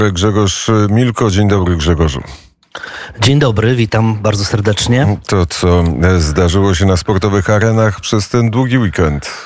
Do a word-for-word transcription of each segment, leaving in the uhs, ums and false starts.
Grzegorz Milko. Dzień dobry, Grzegorzu. Dzień dobry, witam bardzo serdecznie. To, co zdarzyło się na sportowych arenach przez ten długi weekend?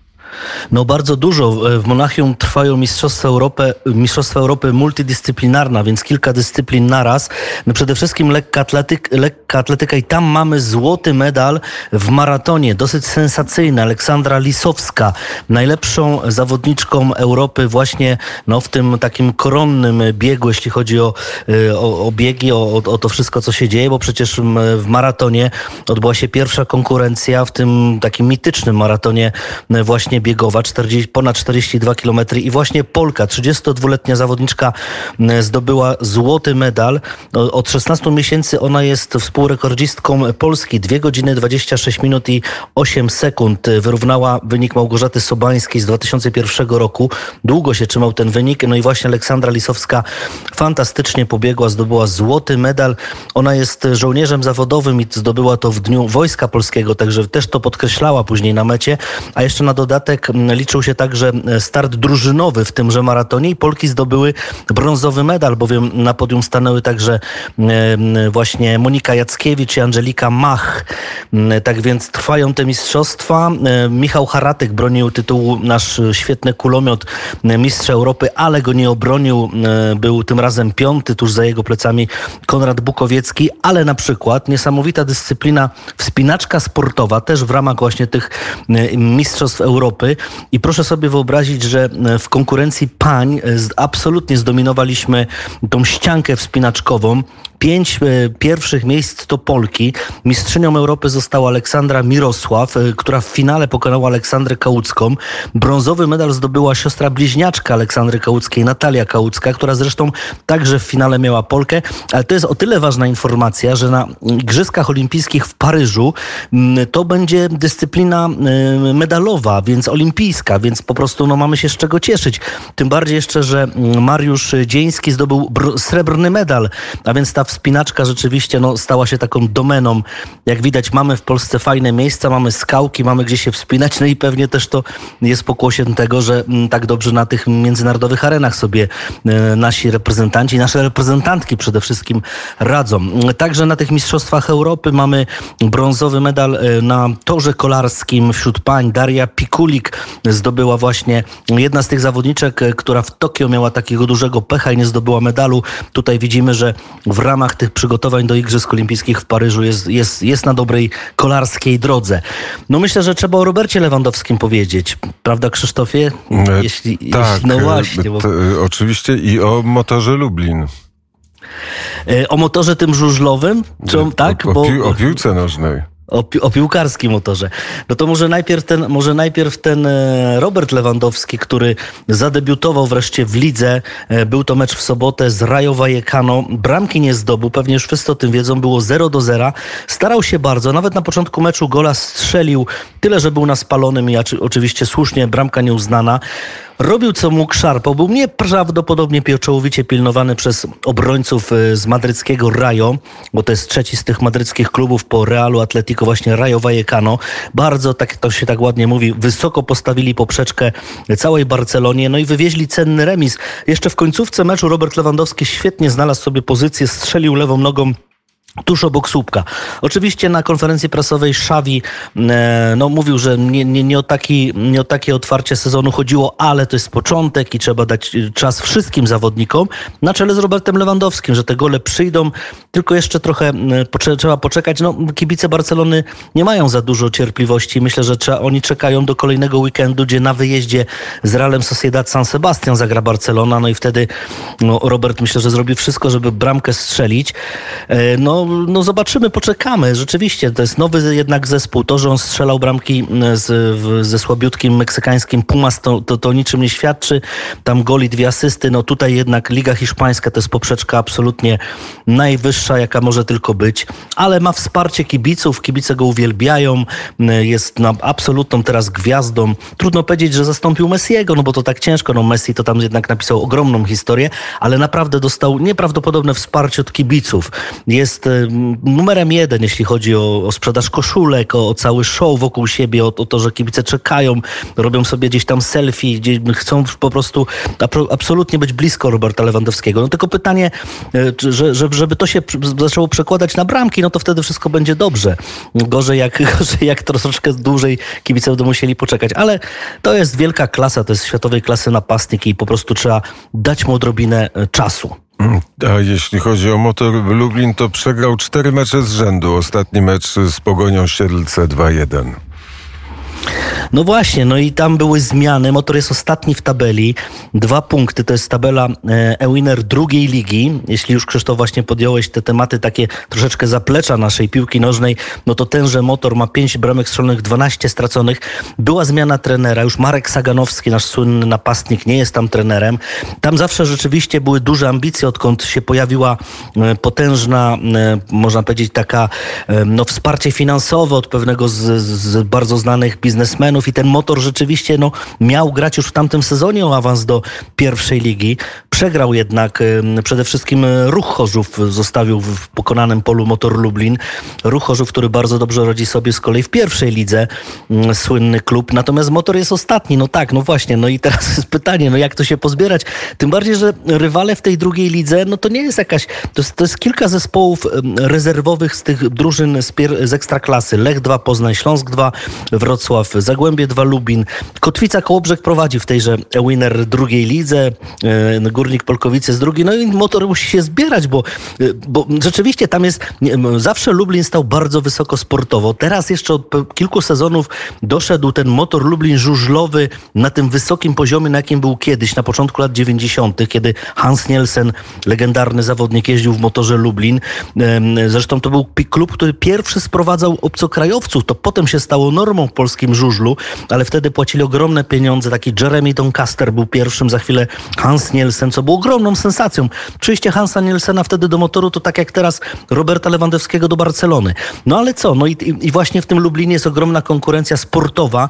No bardzo dużo. W Monachium trwają Mistrzostwa Europy, Mistrzostwa Europy multidyscyplinarna, więc kilka dyscyplin naraz. No przede wszystkim lekka, atletyk, lekka atletyka i tam mamy złoty medal w maratonie. Dosyć sensacyjny. Aleksandra Lisowska, najlepszą zawodniczką Europy właśnie no, w tym takim koronnym biegu, jeśli chodzi o, o, o biegi, o, o to wszystko, co się dzieje, bo przecież w maratonie odbyła się pierwsza konkurencja w tym takim mitycznym maratonie właśnie biegowa, czterdzieści, ponad czterdzieści dwa kilometry i właśnie Polka, trzydziestodwuletnia zawodniczka zdobyła złoty medal. Od szesnastu miesięcy ona jest współrekordzistką Polski. dwie godziny dwadzieścia sześć minut i osiem sekund. Wyrównała wynik Małgorzaty Sobańskiej z dwa tysiące pierwszego roku. Długo się trzymał ten wynik. No i właśnie Aleksandra Lisowska fantastycznie pobiegła, zdobyła złoty medal. Ona jest żołnierzem zawodowym i zdobyła to w Dniu Wojska Polskiego, także też to podkreślała później na mecie. A jeszcze na dodatek liczył się także start drużynowy w tymże maratonie i Polki zdobyły brązowy medal, bowiem na podium stanęły także właśnie Monika Jackiewicz i Angelika Mach. Tak więc trwają te mistrzostwa. Michał Haratek bronił tytułu, nasz świetny kulomiot, mistrz Europy, ale go nie obronił. Był tym razem piąty, tuż za jego plecami Konrad Bukowiecki, ale na przykład niesamowita dyscyplina wspinaczka sportowa, też w ramach właśnie tych mistrzostw Europy. I proszę sobie wyobrazić, że w konkurencji pań absolutnie zdominowaliśmy tą ściankę wspinaczkową. Pięć pierwszych miejsc to Polki. Mistrzynią Europy została Aleksandra Mirosław, która w finale pokonała Aleksandrę Kałucką. Brązowy medal zdobyła siostra bliźniaczka Aleksandry Kałuckiej, Natalia Kałucka, która zresztą także w finale miała Polkę. Ale to jest o tyle ważna informacja, że na Igrzyskach Olimpijskich w Paryżu to będzie dyscyplina medalowa, więc olimpijska, więc po prostu no, mamy się z czego cieszyć. Tym bardziej jeszcze, że Mariusz Dzieński zdobył br- srebrny medal, a więc ta wspinaczka rzeczywiście no, stała się taką domeną. Jak widać, mamy w Polsce fajne miejsca, mamy skałki, mamy gdzie się wspinać, no i pewnie też to jest pokłosiem tego, że m, tak dobrze na tych międzynarodowych arenach sobie e, nasi reprezentanci, nasze reprezentantki przede wszystkim radzą. Także na tych Mistrzostwach Europy mamy brązowy medal e, na torze kolarskim wśród pań. Daria Pikulik zdobyła właśnie, jedna z tych zawodniczek, która w Tokio miała takiego dużego pecha i nie zdobyła medalu. Tutaj widzimy, że w ramach tych przygotowań do Igrzysk Olimpijskich w Paryżu jest, jest, jest na dobrej kolarskiej drodze. No myślę, że trzeba o Robercie Lewandowskim powiedzieć. Prawda, Krzysztofie? Jeśli, tak, jeśli, no właśnie. Bo... To, oczywiście i o motorze Lublin. O motorze tym żużlowym? Czy on, tak? O, o, bo... pi- o piłce nożnej. O, pi- o piłkarskim motorze. No to może najpierw ten, może najpierw ten Robert Lewandowski, który zadebiutował wreszcie w lidze. Był to mecz w sobotę z Rayo Vallecano. Bramki nie zdobył, pewnie już wszyscy o tym wiedzą. Było zero do zera. Starał się bardzo. Nawet na początku meczu gola strzelił. Tyle, że był na spalonym i oczywiście słusznie bramka nieuznana. Robił co mógł, szarpał. Był nieprawdopodobnie pieczołowicie pilnowany przez obrońców z madryckiego Rayo, bo to jest trzeci z tych madryckich klubów po Realu Atletico, właśnie Rayo Vallecano. Bardzo, tak to się tak ładnie mówi, wysoko postawili poprzeczkę całej Barcelonie, no i wywieźli cenny remis. Jeszcze w końcówce meczu Robert Lewandowski świetnie znalazł sobie pozycję, strzelił lewą nogą tuż obok słupka. Oczywiście na konferencji prasowej Xavi e, no, mówił, że nie, nie, nie, o taki, nie o takie otwarcie sezonu chodziło, ale to jest początek i trzeba dać czas wszystkim zawodnikom, na czele z Robertem Lewandowskim, że te gole przyjdą, tylko jeszcze trochę e, pocze- trzeba poczekać. No, kibice Barcelony nie mają za dużo cierpliwości. Myślę, że trzeba, oni czekają do kolejnego weekendu, gdzie na wyjeździe z Realem Sociedad San Sebastian zagra Barcelona, no i wtedy no, Robert myślę, że zrobi wszystko, żeby bramkę strzelić. E, no No zobaczymy, poczekamy. Rzeczywiście, to jest nowy jednak zespół. To, że on strzelał bramki z, w, ze słabiutkim meksykańskim Pumas, to, to, to niczym nie świadczy. Tam goli, dwie asysty. No tutaj jednak Liga Hiszpańska to jest poprzeczka absolutnie najwyższa, jaka może tylko być. Ale ma wsparcie kibiców. Kibice go uwielbiają. Jest no, absolutną teraz gwiazdą. Trudno powiedzieć, że zastąpił Messiego, no bo to tak ciężko. No Messi to tam jednak napisał ogromną historię, ale naprawdę dostał nieprawdopodobne wsparcie od kibiców. Jest jest numerem jeden, jeśli chodzi o, o sprzedaż koszulek, o, o cały show wokół siebie, o, o to, że kibice czekają, robią sobie gdzieś tam selfie, gdzie chcą po prostu absolutnie być blisko Roberta Lewandowskiego. No tylko pytanie, że, żeby to się zaczęło przekładać na bramki, no to wtedy wszystko będzie dobrze. Gorzej jak, gorzej jak troszeczkę dłużej kibice będą musieli poczekać. Ale to jest wielka klasa, to jest światowej klasy napastnik i po prostu trzeba dać mu odrobinę czasu. A jeśli chodzi o Motor Lublin, to przegrał cztery mecze z rzędu. Ostatni mecz z Pogonią Siedlce dwa jeden. No właśnie, no i tam były zmiany. Motor jest ostatni w tabeli. Dwa punkty, to jest tabela e-winner drugiej ligi. Jeśli już, Krzysztof, właśnie podjąłeś te tematy takie troszeczkę zaplecza naszej piłki nożnej, no to tenże Motor ma pięć bramek strzelonych, dwanaście straconych. Była zmiana trenera. Już Marek Saganowski, nasz słynny napastnik, nie jest tam trenerem. Tam zawsze rzeczywiście były duże ambicje, odkąd się pojawiła potężna, można powiedzieć, taka no, wsparcie finansowe od pewnego z, z bardzo znanych biznesmenów i ten Motor rzeczywiście no, miał grać już w tamtym sezonie o awans do pierwszej ligi. Przegrał jednak y, przede wszystkim Ruch Chorzów zostawił w pokonanym polu Motor Lublin. Ruch Chorzów, który bardzo dobrze radzi sobie z kolei w pierwszej lidze, y, słynny klub. Natomiast Motor jest ostatni. No tak, no właśnie. No i teraz jest pytanie, no jak to się pozbierać? Tym bardziej, że rywale w tej drugiej lidze, no to nie jest jakaś, to jest, to jest kilka zespołów y, rezerwowych z tych drużyn z, pier, z Ekstraklasy. Lech dwa, Poznań, Śląsk dwa, Wrocław, Zagłębie dwa, Lubin. Kotwica Kołobrzeg prowadzi w tejże winner drugiej lidze. Yy, Górnik Polkowice z drugiej. No i Motor musi się zbierać, bo, yy, bo rzeczywiście tam jest... Nie, zawsze Lublin stał bardzo wysoko sportowo. Teraz jeszcze od kilku sezonów doszedł ten Motor Lublin żużlowy na tym wysokim poziomie, na jakim był kiedyś, na początku lat dziewięćdziesiątych, kiedy Hans Nielsen, legendarny zawodnik, jeździł w Motorze Lublin. Yy, zresztą to był klub, który pierwszy sprowadzał obcokrajowców. To potem się stało normą w polskim żużlu, ale wtedy płacili ogromne pieniądze. Taki Jeremy Doncaster był pierwszym, za chwilę Hans Nielsen, co było ogromną sensacją. Przyjście Hansa Nielsena wtedy do Motoru to tak jak teraz Roberta Lewandowskiego do Barcelony. No ale co? No i, i właśnie w tym Lublinie jest ogromna konkurencja sportowa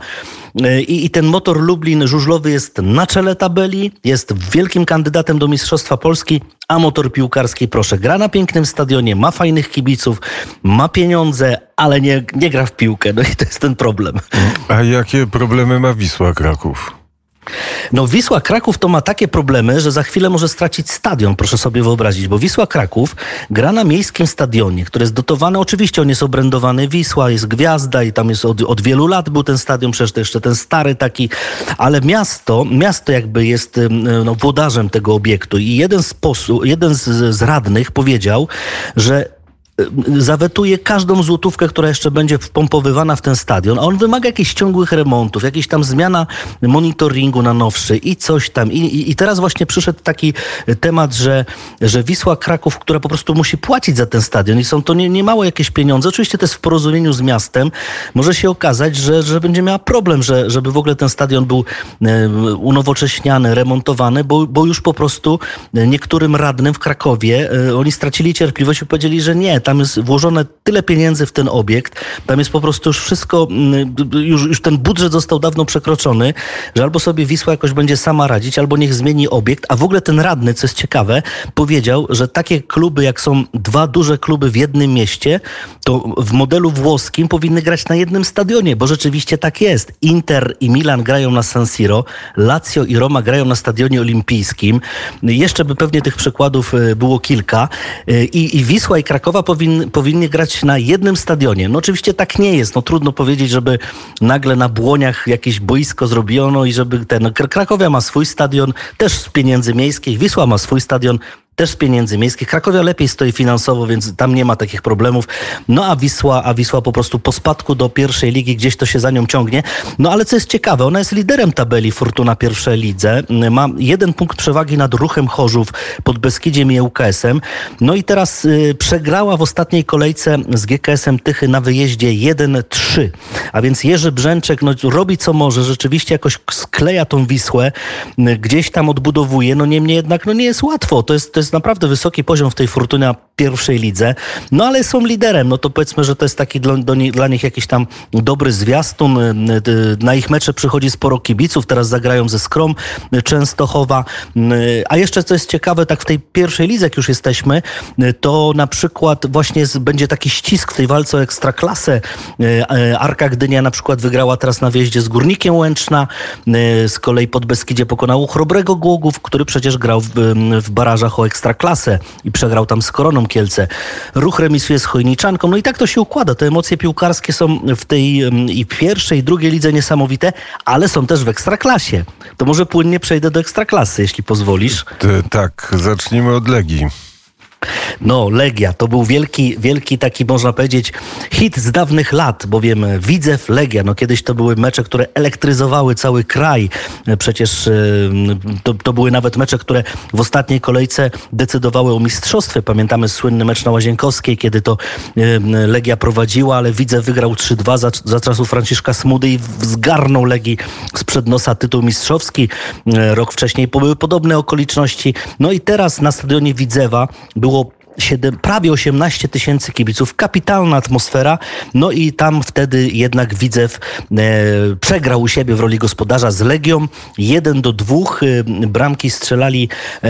i, i ten Motor Lublin żużlowy jest na czele tabeli, jest wielkim kandydatem do Mistrzostwa Polski, a Motor piłkarski, proszę, gra na pięknym stadionie, ma fajnych kibiców, ma pieniądze, ale nie, nie gra w piłkę. No i to jest ten problem. A jakie problemy ma Wisła Kraków? No Wisła Kraków to ma takie problemy, że za chwilę może stracić stadion, proszę sobie wyobrazić, bo Wisła Kraków gra na miejskim stadionie, który jest dotowany, oczywiście on jest obrędowany Wisła, jest gwiazda i tam jest od, od wielu lat był ten stadion, przecież to jeszcze ten stary taki, ale miasto, miasto jakby jest no, włodarzem tego obiektu i jeden z, posłu, jeden z, z radnych powiedział, że zawetuje każdą złotówkę, która jeszcze będzie wpompowywana w ten stadion, a on wymaga jakichś ciągłych remontów, jakiejś tam zmiana monitoringu na nowszy i coś tam. I, i, i teraz właśnie przyszedł taki temat, że, że Wisła Kraków, która po prostu musi płacić za ten stadion i są to nie, nie małe jakieś pieniądze, oczywiście to jest w porozumieniu z miastem, może się okazać, że, że będzie miała problem, że, żeby w ogóle ten stadion był e, unowocześniany, remontowany, bo, bo już po prostu niektórym radnym w Krakowie e, oni stracili cierpliwość i powiedzieli, że nie, tam jest włożone tyle pieniędzy w ten obiekt, tam jest po prostu już wszystko, już, już ten budżet został dawno przekroczony, że albo sobie Wisła jakoś będzie sama radzić, albo niech zmieni obiekt, a w ogóle ten radny, co jest ciekawe, powiedział, że takie kluby, jak są dwa duże kluby w jednym mieście, to w modelu włoskim powinny grać na jednym stadionie, bo rzeczywiście tak jest. Inter i Milan grają na San Siro, Lazio i Roma grają na stadionie olimpijskim. Jeszcze by pewnie tych przykładów było kilka. I, i Wisła i Krakowa powin, powinny grać na jednym stadionie. No oczywiście tak nie jest. No trudno powiedzieć, żeby nagle na Błoniach jakieś boisko zrobiono i żeby ten... Krakowia ma swój stadion, też z pieniędzy miejskich. Wisła ma swój stadion, też z pieniędzy miejskich. Krakowia lepiej stoi finansowo, więc tam nie ma takich problemów. No a Wisła, a Wisła po prostu po spadku do pierwszej ligi gdzieś to się za nią ciągnie. No ale co jest ciekawe, ona jest liderem tabeli Fortuna pierwszej lidze. Ma jeden punkt przewagi nad Ruchem Chorzów, Podbeskidziem i ŁKS-em. No i teraz y, przegrała w ostatniej kolejce z G K S-em Tychy na wyjeździe jeden trzy. A więc Jerzy Brzęczek no, robi co może, rzeczywiście jakoś skleja tą Wisłę, y, gdzieś tam odbudowuje. No niemniej jednak no, nie jest łatwo. To jest, to jest naprawdę wysoki poziom w tej Fortunie pierwszej lidze, no ale są liderem, no to powiedzmy, że to jest taki dla, do nie, dla nich jakiś tam dobry zwiastun. Na ich mecze przychodzi sporo kibiców, teraz zagrają ze Skrom Częstochowa, a jeszcze co jest ciekawe, tak w tej pierwszej lidze, jak już jesteśmy, to na przykład właśnie z, będzie taki ścisk w tej walce o Ekstraklasę. Arka Gdynia na przykład wygrała teraz na wyjeździe z Górnikiem Łęczna, z kolei Podbeskidzie pokonało Chrobrego Głogów, który przecież grał w, w barażach o Ekstraklasę i przegrał tam z Koroną Kielce. Ruch remisuje z Chojniczanką, no i tak to się układa. Te emocje piłkarskie są w tej i pierwszej, i drugiej lidze niesamowite, ale są też w Ekstraklasie. To może płynnie przejdę do Ekstraklasy, jeśli pozwolisz. Ty, tak, zacznijmy od Legii. No, Legia to był wielki, wielki taki, można powiedzieć, hit z dawnych lat, bowiem Widzew, Legia, no kiedyś to były mecze, które elektryzowały cały kraj. Przecież to, to były nawet mecze, które w ostatniej kolejce decydowały o mistrzostwie. Pamiętamy słynny mecz na Łazienkowskiej, kiedy to Legia prowadziła, ale Widzew wygrał trzy dwa za, za czasów Franciszka Smudy i zgarnął Legii sprzed nosa tytuł mistrzowski. Rok wcześniej były podobne okoliczności. No i teraz na stadionie Widzewa było siedem, prawie osiemnaście tysięcy kibiców, kapitalna atmosfera, no i tam wtedy jednak Widzew e, przegrał u siebie w roli gospodarza z Legią, jeden do dwóch, e, bramki strzelali e,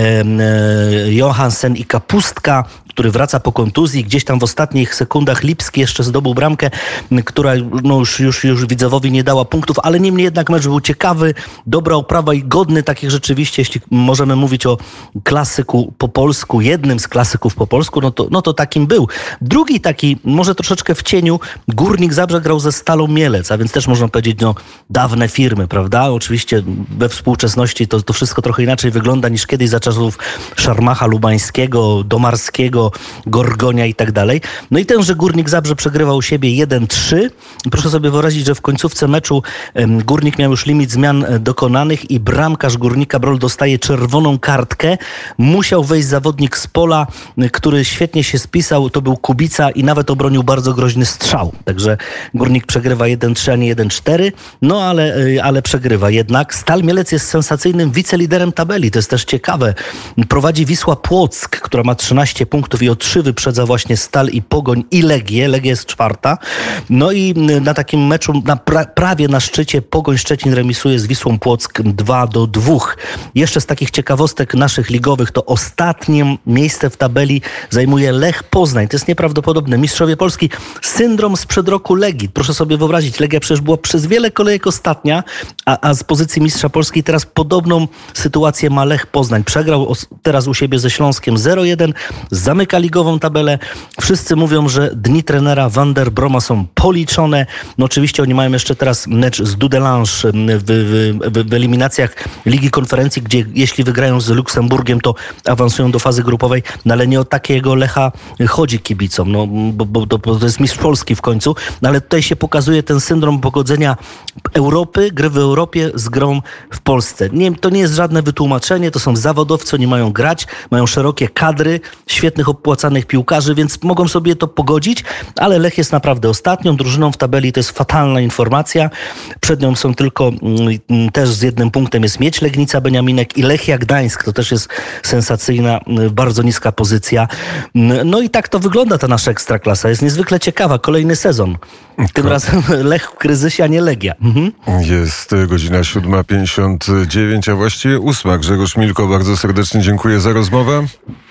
e, Johansen i Kapustka, który wraca po kontuzji, gdzieś tam w ostatnich sekundach Lipski jeszcze zdobył bramkę, która no już, już, już Widzewowi nie dała punktów, ale niemniej jednak mecz był ciekawy, dobra oprawa i godny takich rzeczywiście, jeśli możemy mówić o klasyku po polsku, jednym z klasyków po polsku, no to, no to takim był. Drugi taki, może troszeczkę w cieniu, Górnik Zabrze grał ze Stalą Mielec, a więc też można powiedzieć, no dawne firmy, prawda? Oczywiście we współczesności to, to wszystko trochę inaczej wygląda niż kiedyś za czasów Szarmacha Lubańskiego, Domarskiego, Gorgonia i tak dalej. No i tenże Górnik Zabrze przegrywał u siebie jeden trzy. Proszę sobie wyobrazić, że w końcówce meczu um, Górnik miał już limit zmian dokonanych i bramkarz Górnika Brol dostaje czerwoną kartkę. Musiał wejść zawodnik z pola, który świetnie się spisał. To był Kubica i nawet obronił bardzo groźny strzał. Także Górnik przegrywa jeden trzy, a nie jeden cztery. No ale, ale przegrywa jednak. Stal Mielec jest sensacyjnym wiceliderem tabeli. To jest też ciekawe. Prowadzi Wisła Płock, która ma trzynaście punktów i o trzy wyprzedza właśnie Stal i Pogoń i Legię. Legia jest czwarta. No i na takim meczu na pra- prawie na szczycie Pogoń Szczecin remisuje z Wisłą Płock dwa do dwóch. Jeszcze z takich ciekawostek naszych ligowych to ostatnie miejsce w tabeli zajmuje Lech Poznań. To jest nieprawdopodobne. Mistrzowie Polski. Syndrom sprzed roku Legii. Proszę sobie wyobrazić, Legia przecież była przez wiele kolejek ostatnia, a, a z pozycji mistrza Polski teraz podobną sytuację ma Lech Poznań. Przegrał os- teraz u siebie ze Śląskiem zero jeden. Zamyka ligową tabelę. Wszyscy mówią, że dni trenera Van der Broma są policzone. No oczywiście oni mają jeszcze teraz mecz z Dudelange w, w, w, w eliminacjach Ligi Konferencji, gdzie jeśli wygrają z Luksemburgiem, to awansują do fazy grupowej. No ale nie o takiego Lecha chodzi kibicom, no, bo, bo, bo to jest mistrz Polski w końcu. No, ale tutaj się pokazuje ten syndrom pogodzenia Europy, gry w Europie z grą w Polsce. Nie, to nie jest żadne wytłumaczenie, to są zawodowcy, oni mają grać, mają szerokie kadry, świetnych opłacanych piłkarzy, więc mogą sobie to pogodzić, ale Lech jest naprawdę ostatnią drużyną w tabeli, to jest fatalna informacja. Przed nią są tylko mm, też z jednym punktem jest Miedź Legnica, Beniaminek i Lechia Gdańsk, to też jest sensacyjna, bardzo niska pozycja. No i tak to wygląda ta nasza Ekstraklasa. Jest niezwykle ciekawa. Kolejny sezon. Tym Ko- razem Lech w kryzysie, a nie Legia. Mhm. Jest godzina siódma pięćdziesiąt dziewięć, a właściwie ósma. Grzegorz Milko, bardzo serdecznie dziękuję za rozmowę.